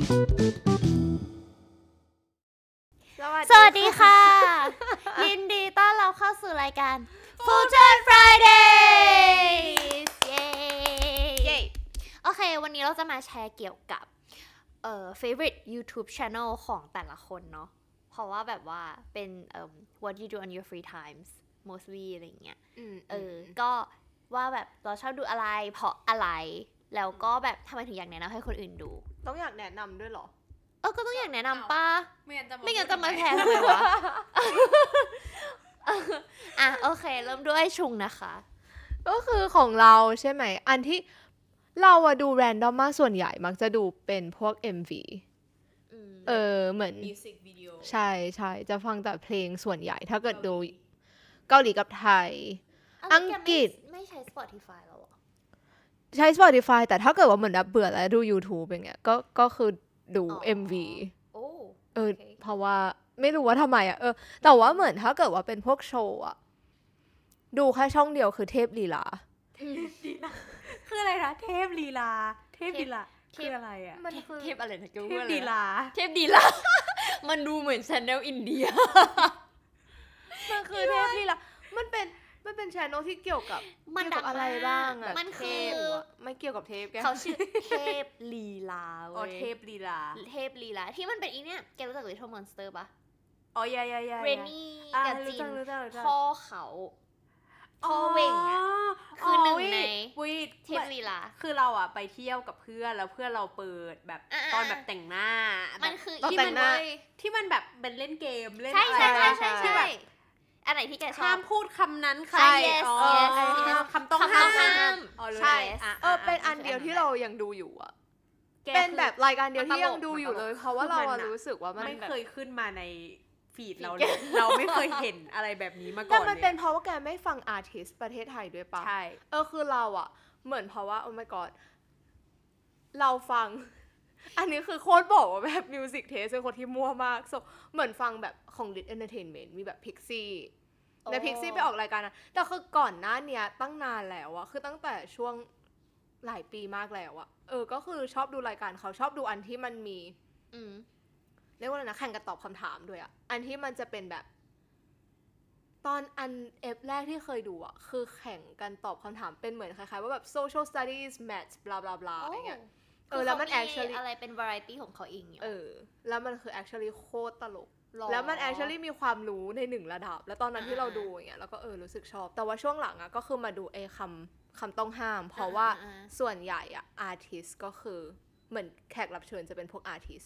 สวัสดีค่ะ ยินดีต้อนรับเข้าสู่รายการ Future Fridays เย้โอเควันนี้เราจะมาแชร์เกี่ยวกับfavorite YouTube channel ของแต่ละคนเนาะเพราะว่าแบบว่าเป็นwhat you do on your free times mostly อะไรอย่างเงี้ยก็ว่าแบบเราชอบดูอะไรเพราะอะไรแล้วก็แบบทำไมถึงอยากแนะนำให้คนอื่นดูต้องอยากแนะนำด้วยเหรอก็ต้องอยากแนะนำป้าไม่งั้นจะมาแชร์ทำไมวะ โอเคเริ่มด้วยชุงนะคะก็คือของเราใช่ไหมอันที่เราดูแรนดอมมากส่วนใหญ่มักจะดูเป็นพวก MV เหมือน music video ใช่ใช่จะฟังแต่เพลงส่วนใหญ่ถ้าเกิดดูเกาหลีกับไทยอังกฤษไม่ใช้ Spotify แล้วหรอใช้ Spotify แต่ถ้าเกิดว่าเหมือนแบบเบื่อแล้วดู YouTube อย่างเงี้ยก็คือดู MV เพราะว่าไม่รู้ว่าทำไมแต่ว่าเหมือนถ้าเกิดว่าเป็นพวกโชว์ดูแค่ช่องเดียวคือเทพลีลาคืออะไรนะเทพลีลาคืออะไรมันเทพอะไรนะเทพลีลามันดูเหมือน Channel อินเดียมันคือเทพลีลามันเป็น channel ที่เกี่ยวกับอะไรบ้างมันคือไม่เกี่ยวกับเทพเขาชื่อเทพลีลาเว้ยเทพลีลาที่มันเป็นอีเนี่ยแกรู้จัก Little Monster ปะยาเรนนี่กับจินพ่อเขาพ่อเว่งคือหนึ่งในเทพลีลาคือเราไปเที่ยวกับเพื่อนแล้วเพื่อนเราเปิดแบบตอนแบบแต่งหน้ามันคือที่มันแบบเป็นเล่นเกมเล่นอะไรใช่อันไหนที่แกชอบห้ามพูดคำนั้นใครคำต้องห้ามใช่เป็นอันเดียวที่เรายังดูอยู่เป็นแบบรายการเดียวที่ยังดูอยู่เลยเพราะว่าเรารู้สึกว่ามันไม่เคยขึ้นมาในฟีดเราเลยเราไม่เคยเห็นอะไรแบบนี้มาก่อนเลยแต่มันเป็นเพราะว่าแกไม่ฟังอาร์ติสต์ประเทศไทยด้วยปะใช่คือเราเหมือนเพราะว่าโอ้ my god เราฟังอันนี้คือโคตรบอกว่าแบบมิวสิกเทสเป็นคนที่มั่วมากเหมือนฟังแบบของ Lit Entertainment มีแบบ Pixie ใน Pixie ไปออกรายการนะแต่คือก่อนหน้านี้ตั้งนานแล้วคือตั้งแต่ช่วงหลายปีมากแล้วก็คือชอบดูรายการเขาชอบดูอันที่มันมีเรียกว่าอะไรนะแข่งกันตอบคำถามด้วยอันที่มันจะเป็นแบบตอนอันแรกที่เคยดูคือแข่งกันตอบคำถามเป็นเหมือนคล้ายๆว่าแบบ social studies maths blah blah blah อะไรเงี้ยแล้วมัน actually อะไรเป็น variety ของเขาเองแล้วมันคือ actually โคตรตลกแล้วมัน actually มีความรู้ในหนึ่งระดับแล้วตอนนั้นที่เราดูอย่างเงี้ยแล้วก็รู้สึกชอบแต่ว่าช่วงหลังก็คือมาดูคำต้องห้ามเพราะว่าส่วนใหญ่artist ก็คือเหมือนแขกรับเชิญจะเป็นพวก artist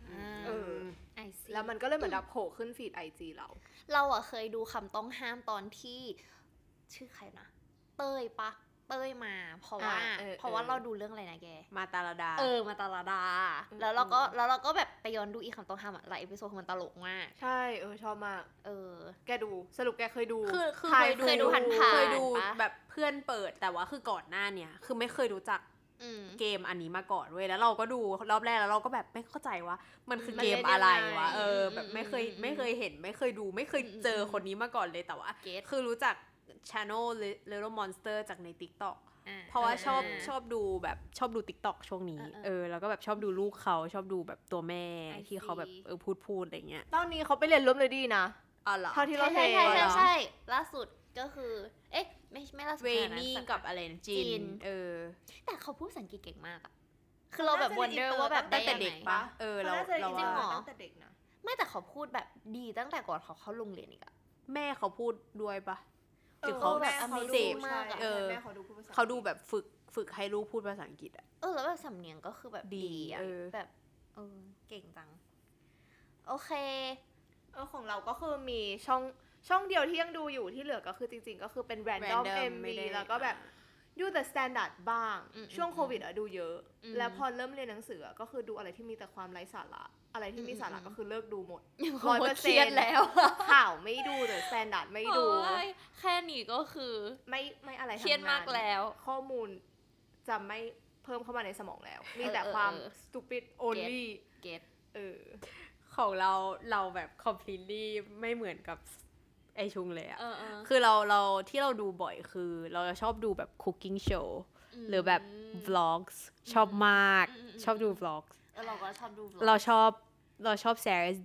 แล้วมันก็เลยเหมือนดับโผล่ขึ้นฟีด IG เราเคยดูคำต้องห้ามตอนที่ชื่อใครนะเต้ยมาเพราะว่าเราดูเรื่องอะไรนะแกมาตาลาดามาตาลาดาแล้วเราก็แบบไปย้อนดูอีกคำต้องห้ามหลายเอพิโซดมันตลกมากใช่ชอบมากแกดูสรุปแกเคยดูคือเคยดูแบบเพื่อนเปิดแต่ว่าคือก่อนหน้าเนี่ยคือไม่เคยรู้จักเกมอันนี้มาก่อนเว้ยแล้วเราก็ดูรอบแรกแล้วเราก็แบบไม่เข้าใจว่ามันคือเกมอะไรวะแบบไม่เคยเห็นไม่เคยดูไม่เคยเจอคนนี้มาก่อนเลยแต่ว่าคือรู้จัก channel Little Monster จากใน TikTok เพราะว่าชอบดูแบบชอบดู TikTok ช่วงนี้แล้วก็แบบชอบดูลูกเขาชอบดูแบบตัวแม่ที่เขาแบบพูดอะไรเงี้ยตอนนี้เขาไปเรียนร่วมเลยดีนะเท่าที่เราเห็นใช่ล่าสุดก็คือไม่ล่าสุดเวนี่กับอะไรจินแต่เขาพูดภาษาอังกฤษเก่งมากคือเราแบบ wonder ว่าแบบตั้งแต่เด็กปะเราว่าตั้งแต่เด็กนะไม่แต่เขาพูดแบบดีตั้งแต่ก่อนเขาเข้าโรงเรียนอีกแม่เขาพูดด้วยปะคือเขาแบบ amazing มากเขาดูแบบฝึกให้ลูกพูดภาษาอังกฤษแล้วแบบสำเนียงก็คือแบบดีแบบเก่งจังโอเคของเราก็คือมีช่องเดียวที่ยังดูอยู่ที่เหลือก็คือจริงๆก็คือเป็น random MV แล้วก็แบบดู the standard บ้างช่วงโควิดดูเยอะแล้วพอเริ่มเรียนหนังสือก็คือดูอะไรที่มีแต่ความไร้สาระอะไรที่มีสาระก็คือเลิกดูหมด 100% แล้วข่าวไม่ดู the standard ไม่ดูแค่นี้ก็คือไม่อะไรทั้งนั้นเครียดมากแล้วข้อมูลจะไม่เพิ่มเข้ามาในสมองแล้วมีแต่ความ stupid only get ของเราแบบ completely ไม่เหมือนกับไอชุงเลยคือเราที่เราดูบ่อยคือเราจะชอบดูแบบ cooking show หรือแบบ vlogs ชอบมากชอบดู vlogs เราก็ชอบดู vlog เราชอบ Sarah's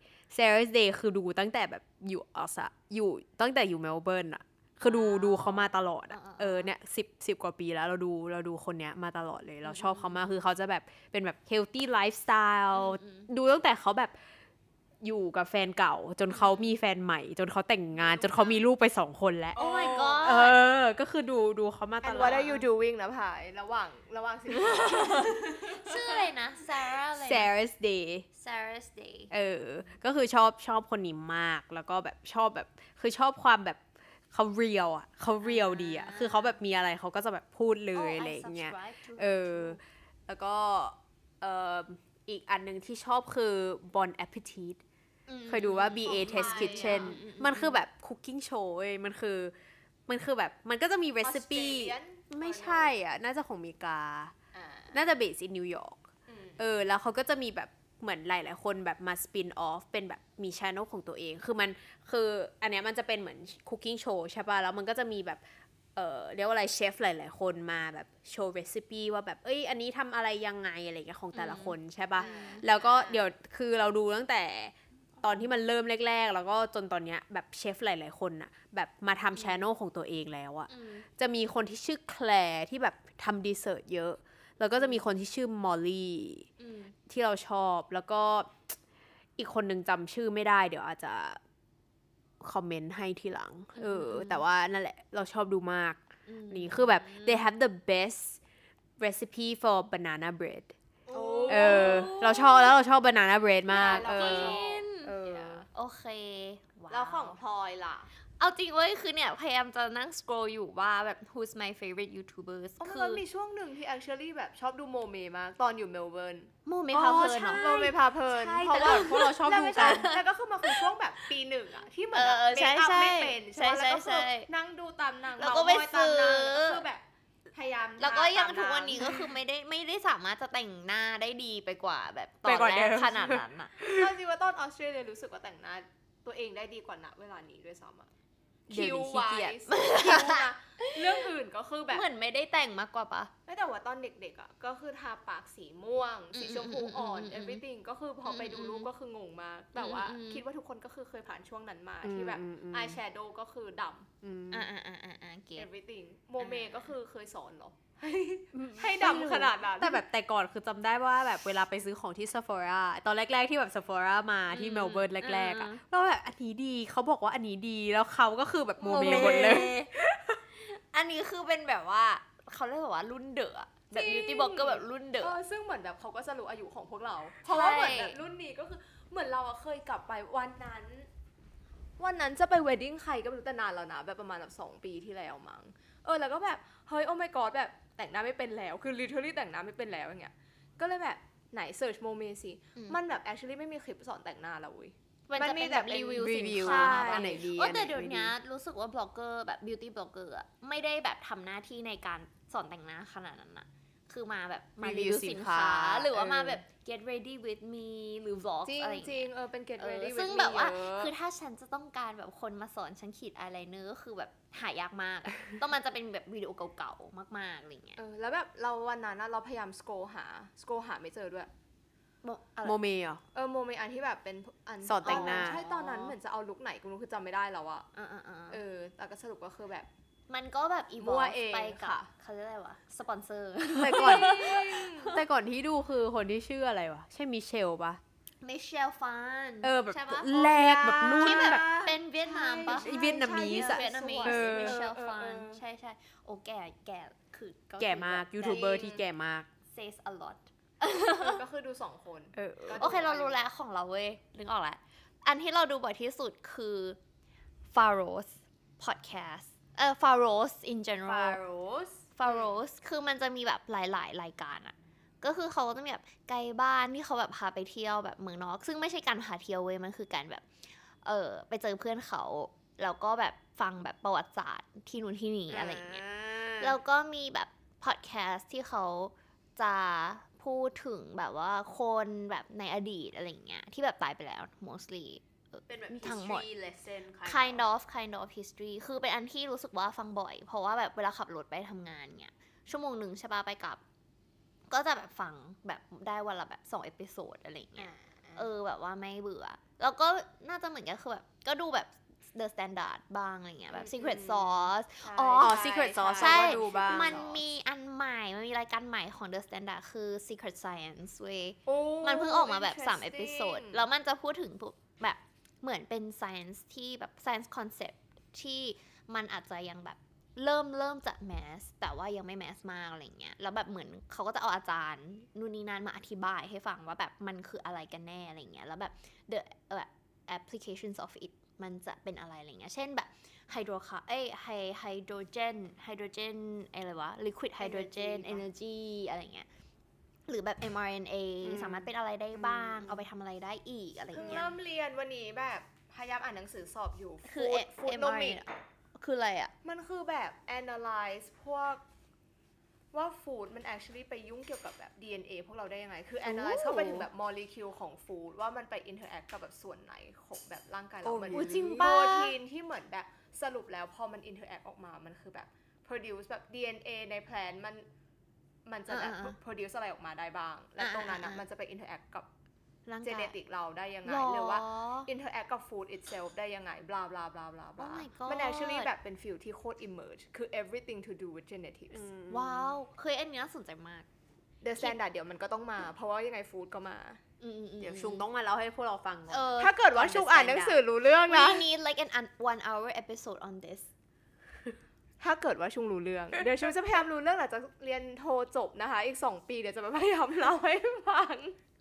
Day คือดูตั้งแต่แบบอยู่ตั้งแต่อยู่เมลเบิร์นอะคือดูเขามาตลอดอะเนี่ย10 กว่าปีแล้วเราดูคนเนี้ยมาตลอดเลยเราชอบเขามากคือเขาจะแบบเป็นแบบ healthy lifestyle ดูตั้งแต่เขาแบบอยู่กับแฟนเก่าจนเขามีแฟนใหม่จนเขาแต่งงานจนเขามีลูกไป2 คนแล้ว Oh my god ก็คือดูเขามาต and ลอด what are you doing นะพายระหว่างสิชื่ออะไรนะ Sarah อะไรนะ Sarah's Day Sarah's Day ก็คือชอบคนนี้มากแล้วก็แบบชอบแบบคือชอบความแบบเขาเรียลอะเขาเรียลดีอะคือเขาแบบมีอะไรเขาก็จะแบบพูดเลยอะไรอย่างเงี้ยแล้วก็อีกอันนึงที่ชอบคือ Bon Appetit เคยดูว่า BA Test Kitchen มันคือแบบ cooking show เว้ยมันคือแบบมันก็จะมี recipe ไม่ใช่อ่ะน่าจะของอเมริกาน่าจะ based in New York แล้วเขาก็จะมีแบบเหมือนหลายๆคนแบบมา spin off เป็นแบบมี channel ของตัวเองคืออันเนี้ยมันจะเป็นเหมือน cooking show ใช่ป่ะแล้วมันก็จะมีแบบเรียกว่าอะไรเชฟหลายๆคนมาแบบโชว์เรซิปีว่าแบบอันนี้ทำอะไรยังไงอะไรอย่างเงี้ยของแต่ละคนใช่ป่ะแล้วก็เดี๋ยวคือเราดูตั้งแต่ตอนที่มันเริ่มแรกๆแล้วก็จนตอนเนี้ยแบบเชฟหลายๆคนน่ะแบบมาทำ channel ของตัวเองแล้วอะจะมีคนที่ชื่อแคลร์ที่แบบทำดีเซอร์ตเยอะแล้วก็จะมีคนที่ชื่อมอลลี่ที่เราชอบแล้วก็อีกคนนึงจำชื่อไม่ได้เดี๋ยวอาจจะคอมเมนต์ให้ทีหลังแต่ว่านั่นแหละเราชอบดูมากนี่คือแบบ they have the best recipe for banana bread เราชอบ banana bread มากโอเคแล้วของพลอยล่ะเอาจริงเว้ยคือเนี่ยพยายามจะนั่ง scroll อยู่ว่าแบบ who's my favorite YouTubers คือมันมีช่วงหนึ่งที่ actually แบบชอบดูโมเมมากตอนอยู่เมลเบิร์นโมเมพาเพลินเนาะโมเมพาเพลินเพราะว่าพวกเราชอบดูกันแล้วก็คือมาคือช่วงแบบปี1อะที่เหมือนแบบเมคอัพไม่เป็นใช่แล้วก็คือนั่งดูตามนางแล้วก็ไปซื้อคือแบบพยายามแล้วก็ยังทุกวันนี้ก็คือไม่ได้สามารถจะแต่งหน้าได้ดีไปกว่าแบบตอนแรกขนาดนั้นอะเอาจริงว่าตอนออสเตรเลียรู้สึกว่าแต่งหน้าตัวเองได้ดีกว่าณเวลานี้ด้วยซ้ำอะคิวไวส์เรื่องอื่นก็คือแบบเหมือนไม่ได้แต่งมากกว่าปะแต่ว่าตอนเด็กๆอ่ะก็คือทาปากสีม่วงสีชมพูอ่อน everything ก็คือพอไปดูรูปก็คืองงมากแต่ว่าคิดว่าทุกคนก็คือเคยผ่านช่วงนั้นมาที่แบบ eye shadow ก็คือดำeverything โมเมก็คือเคยสอนเหรอให้ดำขนาดนั้นแต่ก่อนคือจำได้ว่าแบบเวลาไปซื้อของที่ Sephora ตอนแรกๆที่แบบ Sephora มาที่เมลเบิร์นแรกๆอ่ะแล้วแบบอันนี้ดีเขาบอกว่าอันนี้ดีแล้วเขาก็คือแบบโมเมหมดเลยอันนี้คือเป็นแบบว่าเขาเรียกว่ารุ่นเดอะแบบ beauty blogger แบบรุ่นเดอะซึ่งเหมือนแบบเขาก็จะรู้อายุของพวกเราเพราะว่าเหมือนแบบรุ่นนี้ก็คือเหมือนเราเคยกลับไปวันนั้นจะไปเวดดิ้งใครก็ไม่รู้แต่นานแล้วนะแบบประมาณแบบ2 ปีที่แล้วมั้งแล้วก็แบบเฮ้ยโอ้ my god แบบแต่งหน้าไม่เป็นแล้วคือ literally แต่งหน้าไม่เป็นแล้วอย่างเงี้ยก็เลยแบบไหน search โมเมสิมันแบบ actually ไม่มีคลิปสอนแต่งหน้าแล้วเว้ยมันมีแบบรีวิวสินค้าอันไหนดีแต่เดี๋ยวนี้รู้สึกว่าบล็อกเกอร์แบบ beauty blogger อะไม่ได้แบบทำหน้าที่ในการสอนแต่งหน้าขนาดนั้นอะคือมาแบบมารีวิวสินค้าหรือว่ามาแบบ get ready with me หรือ vlog อะไรอย่างเงี้ยเป็น get ready with me ซึ่งแบบว่าคือถ้าฉันจะต้องการแบบคนมาสอนฉันขีดอายไลเนอร์ก็คือแบบหายากมากต้องมันจะเป็นแบบวิดีโอเก่าๆมากๆอะไรเงี้ยแล้วแบบเราวันนั้นเราพยายาม scroll หาไม่เจอด้วยโมเมเหรอโมเมอันที่แบบเป็นอันสอนแต่งหน้าใช่ตอนนั้นเหมือนจะเอาลุคไหนกูรู้คือจำไม่ได้แล้วอะแต่ก็สรุปก็คือแบบมันก็แบบอีวอลไปกับเขาเรียกอะไรวะสปอนเซอร์แต่ก่อนที่ดูคือคนที่ชื่ออะไรวะใช่มิเชลปะมิเชลฟานแบบแรกแบบนุ่นแบบเป็นเวียดนามปะเวียดนามีสมิเชลฟานใช่โอ้แก่คือแก่มากยูทูบเบอร์ที่แก่มาก says a lot ก็คือดู2 คนโอเคเรารู้แล้วของเราเว้ยนึกออกแล้วอันที่เราดูบ่อยที่สุดคือ Faros podcast Faros in general Faros คือมันจะมีแบบหลายๆรายการอะก็คือเขาก็จะมีแบบไกด์บ้านที่เขาแบบพาไปเที่ยวแบบเมืองนอกซึ่งไม่ใช่การพาเที่ยวเว้ยมันคือการแบบไปเจอเพื่อนเขาแล้วก็แบบฟังแบบประวัติศาสตร์ที่นู่นที่นี่อะไรอย่างเงี้ยแล้วก็มีแบบพอดแคสต์ที่เขาจะพูดถึงแบบว่าคนแบบในอดีตอะไรอย่างเงี้ยที่แบบตายไปแล้ว mostly เป็นแบบ history lesson kind of history คือเป็นอันที่รู้สึกว่าฟังบ่อยเพราะว่าแบบเวลาขับรถไปทำงานเนี่ยชั่วโมงนึงใช่ป่ะไปกลับก็จะแบบฟังแบบได้วันละแบบ2 เอพิโซดอะไรเงี้ยแบบว่าไม่เบื่อแล้วก็น่าจะเหมือนกันคือแบบก็ดูแบบ The Standard บ้างอะไรเงี้ยแบบ Secret Sauce Secret Sauce ใช่ก็ดูบ้างมันมีอันใหม่มันมีรายการใหม่ของ The Standard คือ Secret Science เว้ยมันเพิ่งออกมาแบบ3 เอพิโซดแล้วมันจะพูดถึงแบบเหมือนเป็น science ที่แบบ science concept ที่มันอาจจะยังแบบเริ่มจากแมสแต่ว่ายังไม่แมสมากอะไรเงี้ยแล้วแบบเหมือนเขาก็จะเอาอาจารย์นู่นนี่นั่นมาอธิบายให้ฟังว่าแบบมันคืออะไรกันแน่อะไรเงี้ยแล้วแบบ the applications of it มันจะเป็นอะไรอะไรเงี้ยเช่นแบบไฮโดรเจนอะไรวะ liquid hydrogen energy อะไรเงี้ยหรือแบบ mRNA สามารถเป็นอะไรได้บ้างเอาไปทำอะไรได้อีกอะไรเงี้ยเริ่มเรียนวันนี้แบบพยายามอ่านหนังสือสอบอยู่คือ Foodnomics คืออะไรอ่ะมันคือแบบ analyze พวกว่า food มัน actually ไปยุ่งเกี่ยวกับแบบ DNA พวกเราได้ยังไงคือ analyze เข้าไปถึงแบบ molecule ของ food ว่ามันไป interact กับแบบส่วนไหนของแบบร่างกายเรามันจริงโปรตีนที่เหมือนแบบสรุปแล้วพอมัน interact ออกมามันคือแบบ produce แบบ DNA ใน plant มันจะแบบ produce อะไรออกมาได้บ้างและตรงนั้นนะมันจะไป interact กับเจเนติกเราได้ยังไงหรือว่า interact กับ food itself ได้ยังไง blah blah blah blah blah มัน actually แบบเป็น field ที่โคตร emerge คือ everything to do with genetics ว้าวเคยอันนี้น่าสนใจมาก The Standard เดี๋ยวมันก็ต้องมาเพราะว่ายังไง food ก็มาเดี๋ยวชุงต้องมาเล่าให้พวกเราฟังก่อนถ้าเกิดว่าชุงอ่านหนังสือรู้เรื่องนะ We need like an 1 hour episode on this ถ้าเกิดว่าชุงรู้เรื่องเดี๋ยวชุงจะพยายามรู้เรื่องหลังจากเรียนโทจบนะคะอีก2 ปีเดี๋ยวจะพยายามเล่าให้ฟัง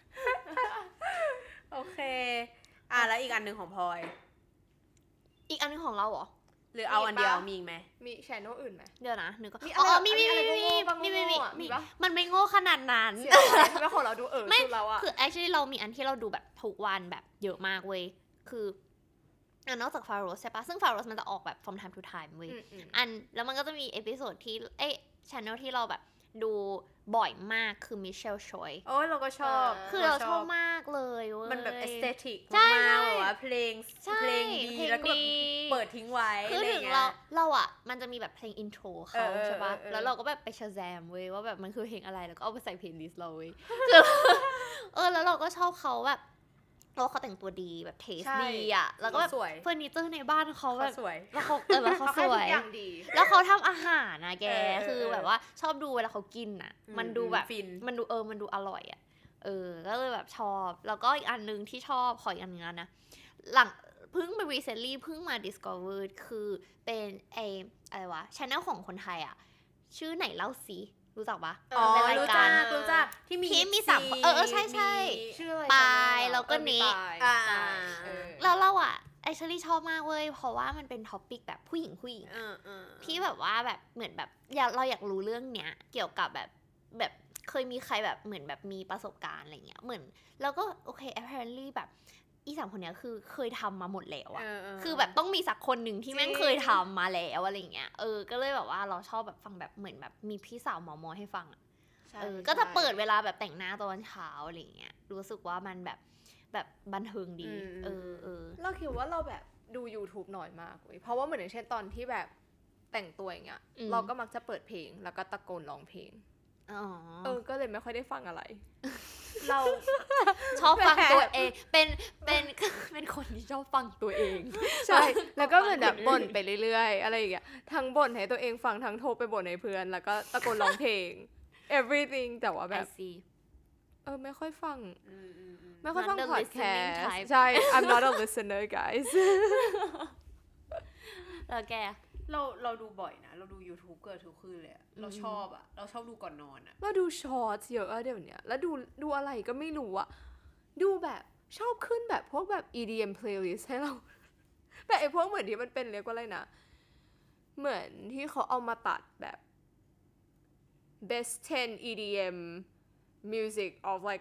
โอเคแล้วอีกอันหนึ่งของพลอยอีกอันนึงของเราเหรอหรือเอาอันเดียวมีไหมมี channel อื่นไหมเดี๋ยวนะนึกก็มีมันไม่โง่ขนาดนั้นแล้วของเราดูไม่คือ actually เรามีอันที่เราดูแบบทุกวันแบบเยอะมากเว้ยคือนอกจาก Faros ใช่ปะซึ่ง Faros มันจะออกแบบ from time to time เว้ยแล้วมันก็จะมีเอพิโซดที่channel ที่เราแบบดูบ่อยมากคือ Michelle Choi โอ้ยเราก็ชอบคือเราชอบมากเลยเว้ยมันแบบ aesthetic มากแบบว่าเพลงดีแล้วก็เปิดทิ้งไว้คือถึงเราอ่ะมันจะมีแบบเพลง intro เขาใช่ปะแล้วเราก็แบบไปShazamเว้ยว่าแบบมันคือเพลงอะไรแล้วก็เอาไปใส่เพลย์ลิสต์เราเว้ยแล้วเราก็ชอบเขาแบบเขาแต่งตัวดีแบบเทสดีอ่ะแล้วก็แบบเฟอร์นิเจอร์ในบ้านเขาแบบสวยแล้วเขาสวยแล้วเขาทำอาหารนะแกคือแบบว่าชอบดูเวลาเขากินอ่ะมันดูแบบมันดูอร่อยอ่ะก็เลยแบบชอบแล้วก็อีกอันนึงที่ชอบขออีกอันนึงนะหลังเพิ่งไป recently เพิ่งมา discover คือเป็นอะไรวะ channel ของคนไทยอ่ะชื่อไหนเล่าสิรู้จักปะรู้จักที่มี3คนใช่ชื่ออะไรปายแล้วก็นี้แล้วเราอ่ะ actually ชอบมากเว้ยเพราะว่ามันเป็นท็อปิกแบบผู้หญิงที่แบบว่าแบบเหมือนแบบเราอยากรู้เรื่องเนี้ยเกี่ยวกับแบบเคยมีใครแบบเหมือนแบบมีประสบการณ์อะไรเงี้ยเหมือนแล้วก็โอเค apparently แบบ3 คนเนี้ยคือเคยทำมาหมดแล้วอะคือแบบต้องมีสักคนหนึ่งที่แม่งเคยทำมาแล้วอะไรเงี้ยก็เลยแบบว่าเราชอบแบบฟังแบบเหมือนแบบมีพี่สาวหมอให้ฟังอะก็จะเปิดเวลาแบบแต่งหน้าตอนเช้าอะไรเงี้ยรู้สึกว่ามันแบบบันเทิงดีเราคิดว่าเราแบบดู YouTube น้อยมากเว้ยเพราะว่าเหมือนอย่างเช่นตอนที่แบบแต่งตัวอย่างเงี้ยเราก็มักจะเปิดเพลงแล้วก็ตะโกนร้องเพลงก็เลยไม่ค่อยได้ฟังอะไรเราชอบฟังตัวเองเป็นคนที่ชอบฟังตัวเองใช่แล้วก็เหมือนแบบบ่นไปเรื่อยๆอะไรอย่างเงี้ยทั้งบ่นให้ตัวเองฟังทั้งโทรไปบ่นให้เพื่อนแล้วก็ตะโกนร้องเพลง everything แต่ว่าแบบไม่ค่อยฟังไม่ค่อยฟัง podcast ใช่ I'm not a listener guys แล้วแกเราดูบ่อยนะเราดู YouTube เกือบทุกคืนเลยเราชอบดูก่อนนอนเราดูช็อตเยอะเดี๋ยวนี้แล้วดูอะไรก็ไม่รู้ดูแบบชอบขึ้นแบบพวกแบบ EDM playlist ให้เราแบบไอ้พวกเหมือนที่มันเป็นเรียกว่าอะไรนะเหมือนที่เขาเอามาตัดแบบ best 10 EDM music of like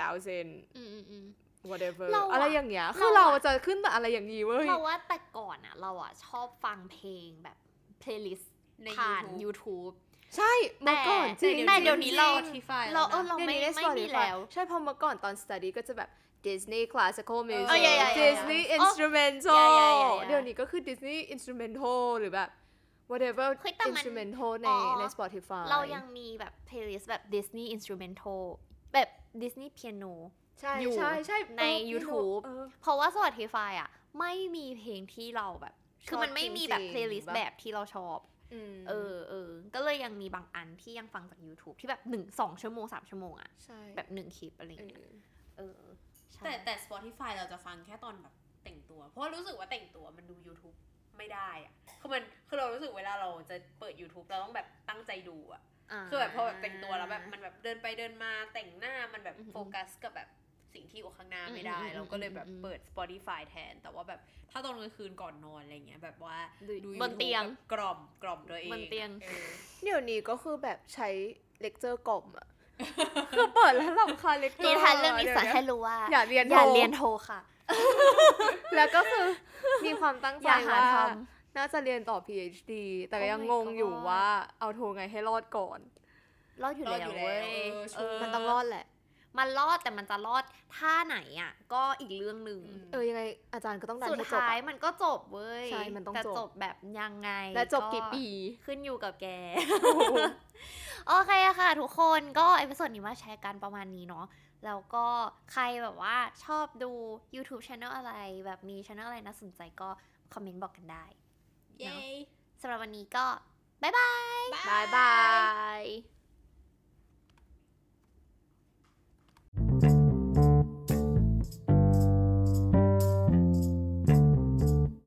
2000 whatever อะไรอย่างเงี้ยคือเราจะขึ้นแต่อะไรอย่างนี้เว้ยเราว่าแต่ก่อนเราชอบฟังเพลงแบบ playlist ในผ่าน YouTube ใช่เมื่อก่อนจริงแต่เดี๋ยวนี้เราไม่มีแล้วใช่พอเมื่อก่อนตอน study ก็จะแบบ Disney classical music Disney instrumental เดี๋ยวนี้ก็คือ Disney instrumental หรือแบบ whatever เฮ้ยแต่มัน instrumental ใน Spotify เรายังมีแบบ playlist แบบ Disney instrumental แบบ Disney piano ใช่อยู่ใช่ใช่ใน YouTube เพราะว่า Spotify อ่ะไม่มีเพลงที่เราแบบคือมันไม่มีแบบ playlist แบบที่เราชอบก็เลยยังมีบางอันที่ยังฟังจาก YouTube ที่แบบ1-2 ชั่วโมง 3 ชั่วโมงอะแบบ1 คลิปอะไรอย่างเงี้ยใช่แต่ Spotify เราจะฟังแค่ตอนแบบแต่งตัวเพราะรู้สึกว่าแต่งตัวมันดู YouTube ไม่ได้อะคือเรารู้สึกเวลาเราจะเปิด YouTube เราต้องแบบตั้งใจดูอะคือแบบพอแบบแต่งตัวแล้วแบบมันแบบเดินไปเดินมาแต่งหน้ามันแบบโฟกัสกับแบบสิ่งที่อยู่ข้างหน้าไม่ได้เราก็เลยแบบเปิด Spotify แทนแต่ว่าแบบถ้าตอนกลางคืนก่อนนอนอะไรเงี้ยแบบว่าดูบนเตียงกล่อมตัวเองบนเตียงเดี๋ยวนี้ก็คือแบบใช้เลคเชอร์กล่อมอะคือเปิดแล้วรำคาญเลคเชอร์นิทานเรื่องนี้สอนให้รู้ว่าอย่าเรียนโทค่ะ แล้วก็คือมีความตั้งใจว่าน่าจะเรียนต่อ PhD แต่ยังงงอยู่ว่าเอาโทไงให้รอดก่อนรอดอยู่แล้วเว้ยมันต้องรอดแหละมันรอดแต่มันจะรอดท่าไหนอ่ะก็อีกเรื่องหนึ่งยังไงอาจารย์ก็ต้องดันสุดท้ายมันก็จบเว้ยใช่มันต้องจบแบบยังไงและจบกี่ปีขึ้นอยู่กับแก โอเคค่ะทุกคนก็เอพิโซดนี้มาแชร์กันประมาณนี้เนาะแล้วก็ใครแบบว่าชอบดู YouTube Channel อะไรแบบมี Channel อะไรน่าสนใจก็คอมเมนต์บอกกันได้เย้สำหรับวันนี้ก็บ๊ายบายบาย